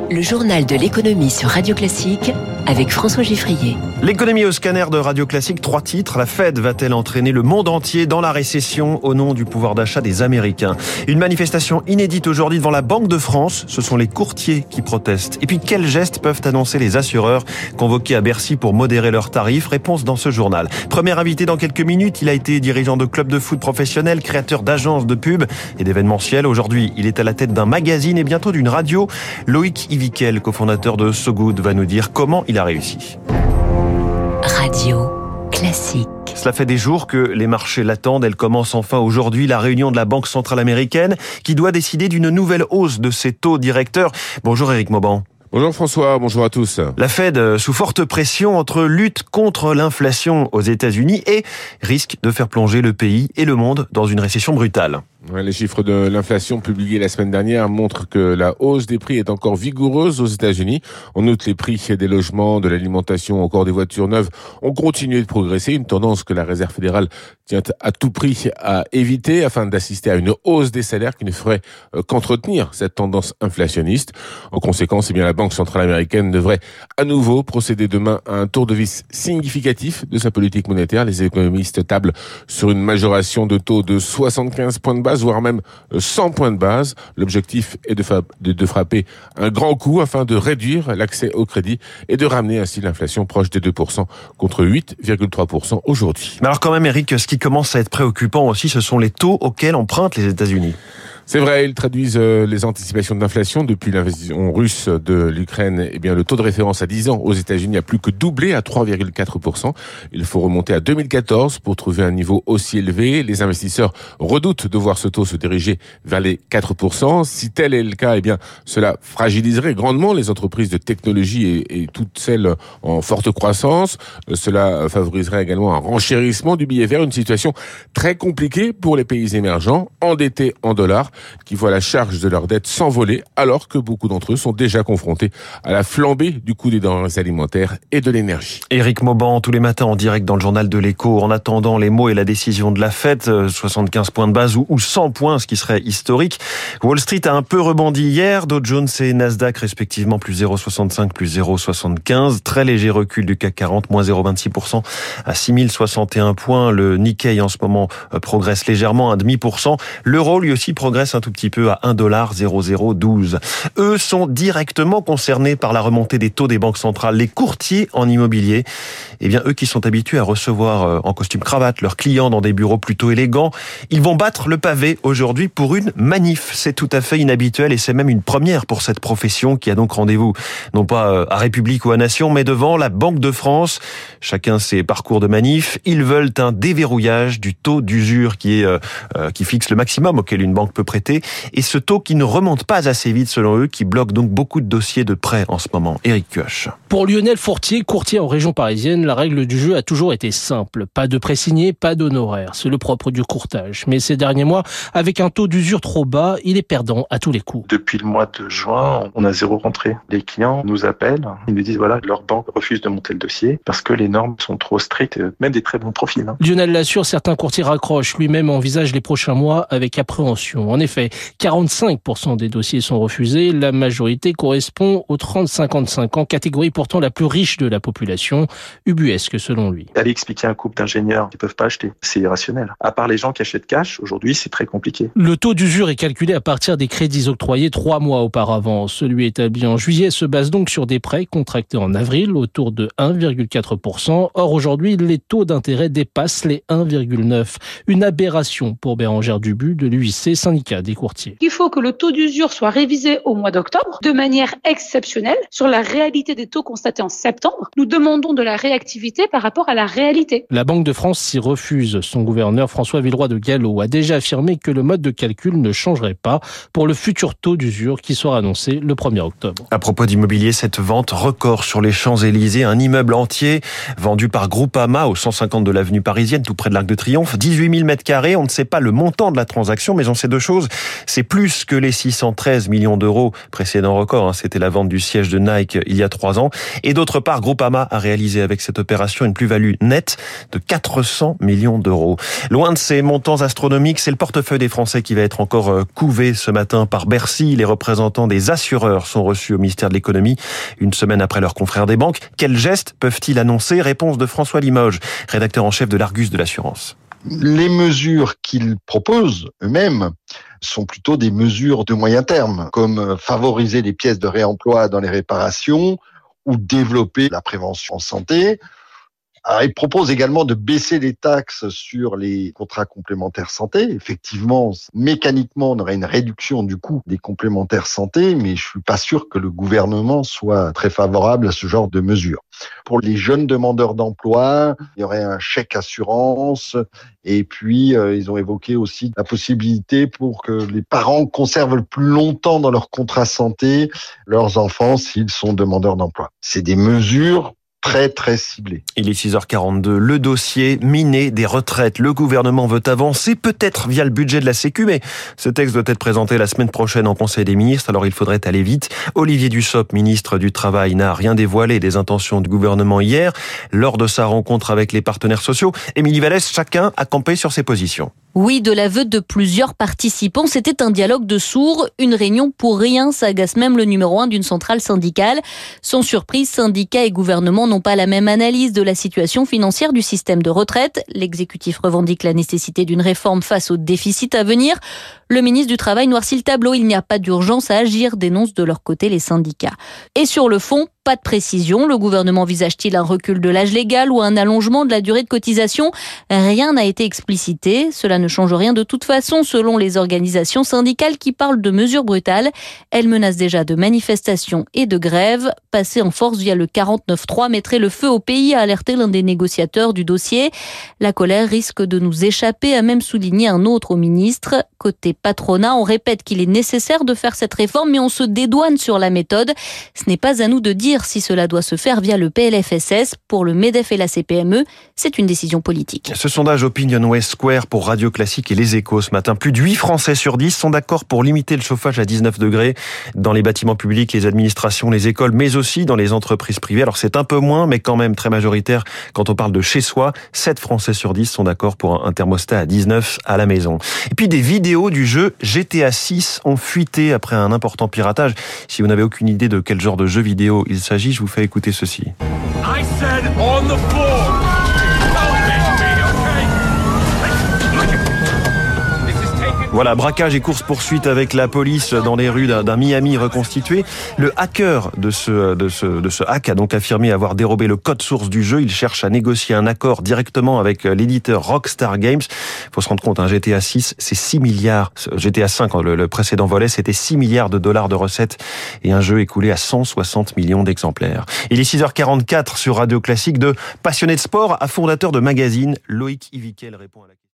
Le journal de l'économie sur Radio Classique avec François Giffrier. L'économie au scanner de Radio Classique, 3 titres. La Fed va-t-elle entraîner le monde entier dans la récession au nom du pouvoir d'achat des Américains? Une manifestation inédite aujourd'hui devant la Banque de France. Ce sont les courtiers qui protestent. Et puis, quels gestes peuvent annoncer les assureurs convoqués à Bercy pour modérer leurs tarifs? Réponse dans ce journal. Premier invité dans quelques minutes, il a été dirigeant de clubs de foot professionnels, créateur d'agences de pub et d'événementiels. Aujourd'hui, il est à la tête d'un magazine et bientôt d'une radio. Loïc Ivikel, cofondateur de So Good, va nous dire comment il a réussi. Radio Classique. Cela fait des jours que les marchés l'attendent. Elle commence enfin aujourd'hui, la réunion de la Banque centrale américaine qui doit décider d'une nouvelle hausse de ses taux directeurs. Bonjour Éric Mauban. Bonjour François, bonjour à tous. La Fed sous forte pression entre lutte contre l'inflation aux États-Unis et risque de faire plonger le pays et le monde dans une récession brutale. Les chiffres de l'inflation publiés la semaine dernière montrent que la hausse des prix est encore vigoureuse aux États-Unis. En outre, les prix des logements, de l'alimentation, encore des voitures neuves ont continué de progresser. Une tendance que la Réserve fédérale tient à tout prix à éviter afin d'assister à une hausse des salaires qui ne ferait qu'entretenir cette tendance inflationniste. En conséquence, la Banque centrale américaine devrait à nouveau procéder demain à un tour de vis significatif de sa politique monétaire. Les économistes tablent sur une majoration de taux de 75 points de base, voire même 100 points de base. L'objectif est de frapper un grand coup afin de réduire l'accès au crédit et de ramener ainsi l'inflation proche des 2% contre 8,3% aujourd'hui. Mais alors quand même Eric, ce qui commence à être préoccupant aussi, ce sont les taux auxquels empruntent les États-Unis. C'est vrai, ils traduisent les anticipations de l'inflation. Depuis l'invasion russe de l'Ukraine, le taux de référence à 10 ans aux États-Unis a plus que doublé à 3,4%. Il faut remonter à 2014 pour trouver un niveau aussi élevé. Les investisseurs redoutent de voir ce taux se diriger vers les 4%. Si tel est le cas, cela fragiliserait grandement les entreprises de technologie et toutes celles en forte croissance. Cela favoriserait également un renchérissement du billet vert, une situation très compliquée pour les pays émergents, endettés en dollars, qui voient la charge de leur dette s'envoler alors que beaucoup d'entre eux sont déjà confrontés à la flambée du coût des denrées alimentaires et de l'énergie. Éric Mauban, tous les matins en direct dans le journal de l'Écho, en attendant les mots et la décision de la Fed, 75 points de base ou 100 points, ce qui serait historique. Wall Street a un peu rebondi hier, Dow Jones et Nasdaq respectivement plus 0,65, plus 0,75. Très léger recul du CAC 40, moins 0,26% à 6061 points. Le Nikkei en ce moment progresse légèrement, 0,5%. L'euro lui aussi progresse un tout petit peu à 1,0012. Eux sont directement concernés par la remontée des taux des banques centrales. Les courtiers en immobilier, eux qui sont habitués à recevoir en costume cravate leurs clients dans des bureaux plutôt élégants, ils vont battre le pavé aujourd'hui pour une manif. C'est tout à fait inhabituel et c'est même une première pour cette profession qui a donc rendez-vous non pas à République ou à Nation, mais devant la Banque de France. Chacun ses parcours de manif. Ils veulent un déverrouillage du taux d'usure qui fixe le maximum auquel une banque peut prêter, et ce taux qui ne remonte pas assez vite selon eux, qui bloque donc beaucoup de dossiers de prêt en ce moment. Éric Kioch. Pour Lionel Fourtier, courtier en région parisienne, la règle du jeu a toujours été simple. Pas de prêt signé, pas d'honoraires. C'est le propre du courtage. Mais ces derniers mois, avec un taux d'usure trop bas, il est perdant à tous les coups. Depuis le mois de juin, on a zéro rentrée. Les clients nous appellent, ils nous disent leur banque refuse de monter le dossier parce que les normes sont trop strictes, même des très bons profils. Lionel l'assure, certains courtiers raccrochent. Lui-même envisage les prochains mois avec appréhension. En effet, 45% des dossiers sont refusés. La majorité correspond aux 30-55 ans, catégorie pourtant la plus riche de la population, ubuesque selon lui. Aller expliquer à un couple d'ingénieurs qu'ils ne peuvent pas acheter, c'est irrationnel. À part les gens qui achètent cash, aujourd'hui c'est très compliqué. Le taux d'usure est calculé à partir des crédits octroyés 3 mois auparavant. Celui établi en juillet se base donc sur des prêts contractés en avril autour de 1,4%. Or aujourd'hui, les taux d'intérêt dépassent les 1,9%. Une aberration pour Bérangère Dubu de l'UIC, syndicat des courtiers. Il faut que le taux d'usure soit révisé au mois d'octobre de manière exceptionnelle sur la réalité des taux constatés en septembre. Nous demandons de la réactivité par rapport à la réalité. La Banque de France s'y refuse. Son gouverneur François Villeroy de Galhau a déjà affirmé que le mode de calcul ne changerait pas pour le futur taux d'usure qui sera annoncé le 1er octobre. À propos d'immobilier, cette vente record sur les Champs-Élysées, un immeuble entier vendu par Groupama au 150 de l'avenue parisienne, tout près de l'Arc de Triomphe, 18 000 m². On ne sait pas le montant de la transaction, mais on sait deux choses. chose. C'est plus que les 613 millions d'euros, précédent record, c'était la vente du siège de Nike il y a 3 ans. Et d'autre part, Groupama a réalisé avec cette opération une plus-value nette de 400 millions d'euros. Loin de ces montants astronomiques, c'est le portefeuille des Français qui va être encore couvé ce matin par Bercy. Les représentants des assureurs sont reçus au ministère de l'économie une semaine après leurs confrères des banques. Quels gestes peuvent-ils annoncer? Réponse de François Limoges, rédacteur en chef de l'Argus de l'assurance. Les mesures qu'ils proposent eux-mêmes sont plutôt des mesures de moyen terme, comme favoriser les pièces de réemploi dans les réparations ou développer la prévention en santé. Alors, ils proposent également de baisser les taxes sur les contrats complémentaires santé. Effectivement, mécaniquement, on aurait une réduction du coût des complémentaires santé, mais je suis pas sûr que le gouvernement soit très favorable à ce genre de mesures. Pour les jeunes demandeurs d'emploi, il y aurait un chèque assurance. Et puis, ils ont évoqué aussi la possibilité pour que les parents conservent le plus longtemps dans leur contrat santé leurs enfants s'ils sont demandeurs d'emploi. C'est des mesures très ciblé. Il est 6h42. Le dossier miné des retraites. Le gouvernement veut avancer, peut-être via le budget de la Sécu, mais ce texte doit être présenté la semaine prochaine en Conseil des ministres, alors il faudrait aller vite. Olivier Dussopt, ministre du Travail, n'a rien dévoilé des intentions du gouvernement hier. Lors de sa rencontre avec les partenaires sociaux, Émilie Vallès, chacun a campé sur ses positions. Oui, de l'aveu de plusieurs participants, c'était un dialogue de sourds, une réunion pour rien, s'agace même le numéro 1 d'une centrale syndicale. Sans surprise, syndicats et gouvernement n'ont pas la même analyse de la situation financière du système de retraite. L'exécutif revendique la nécessité d'une réforme face au déficit à venir. Le ministre du Travail noircit le tableau, il n'y a pas d'urgence à agir, dénoncent de leur côté les syndicats. Et sur le fond, pas de précision. Le gouvernement envisage-t-il un recul de l'âge légal ou un allongement de la durée de cotisation? Rien n'a été explicité. Cela ne change rien de toute façon, selon les organisations syndicales qui parlent de mesures brutales. Elles menacent déjà de manifestations et de grèves. Passer en force via le 49.3 mettrait le feu au pays, a alerté l'un des négociateurs du dossier. La colère risque de nous échapper, a même souligné un autre au ministre. Côté patronat, on répète qu'il est nécessaire de faire cette réforme, mais on se dédouane sur la méthode. Ce n'est pas à nous de dire si cela doit se faire via le PLFSS. Pour le MEDEF et la CPME, c'est une décision politique. Ce sondage Opinion West Square pour Radio Classique et Les Échos ce matin, plus de 8 Français sur 10 sont d'accord pour limiter le chauffage à 19 degrés dans les bâtiments publics, les administrations, les écoles, mais aussi dans les entreprises privées. Alors c'est un peu moins, mais quand même très majoritaire quand on parle de chez soi. 7 Français sur 10 sont d'accord pour un thermostat à 19 à la maison. Et puis des vidéos du jeu GTA 6 ont fuité après un important piratage. Si vous n'avez aucune idée de quel genre de jeu vidéo il s'agit, je vous fais écouter ceci. I said on the floor. Voilà, braquage et course-poursuite avec la police dans les rues d'un Miami reconstitué. Le hacker de ce hack a donc affirmé avoir dérobé le code source du jeu. Il cherche à négocier un accord directement avec l'éditeur Rockstar Games. Il faut se rendre compte, GTA 6, c'est 6 milliards. GTA 5, le précédent volet, c'était 6 milliards de dollars de recettes et un jeu écoulé à 160 millions d'exemplaires. Il est 6h44 sur Radio Classique. De passionné de sport à fondateur de magazine, Loïc Ivikel répond à la question.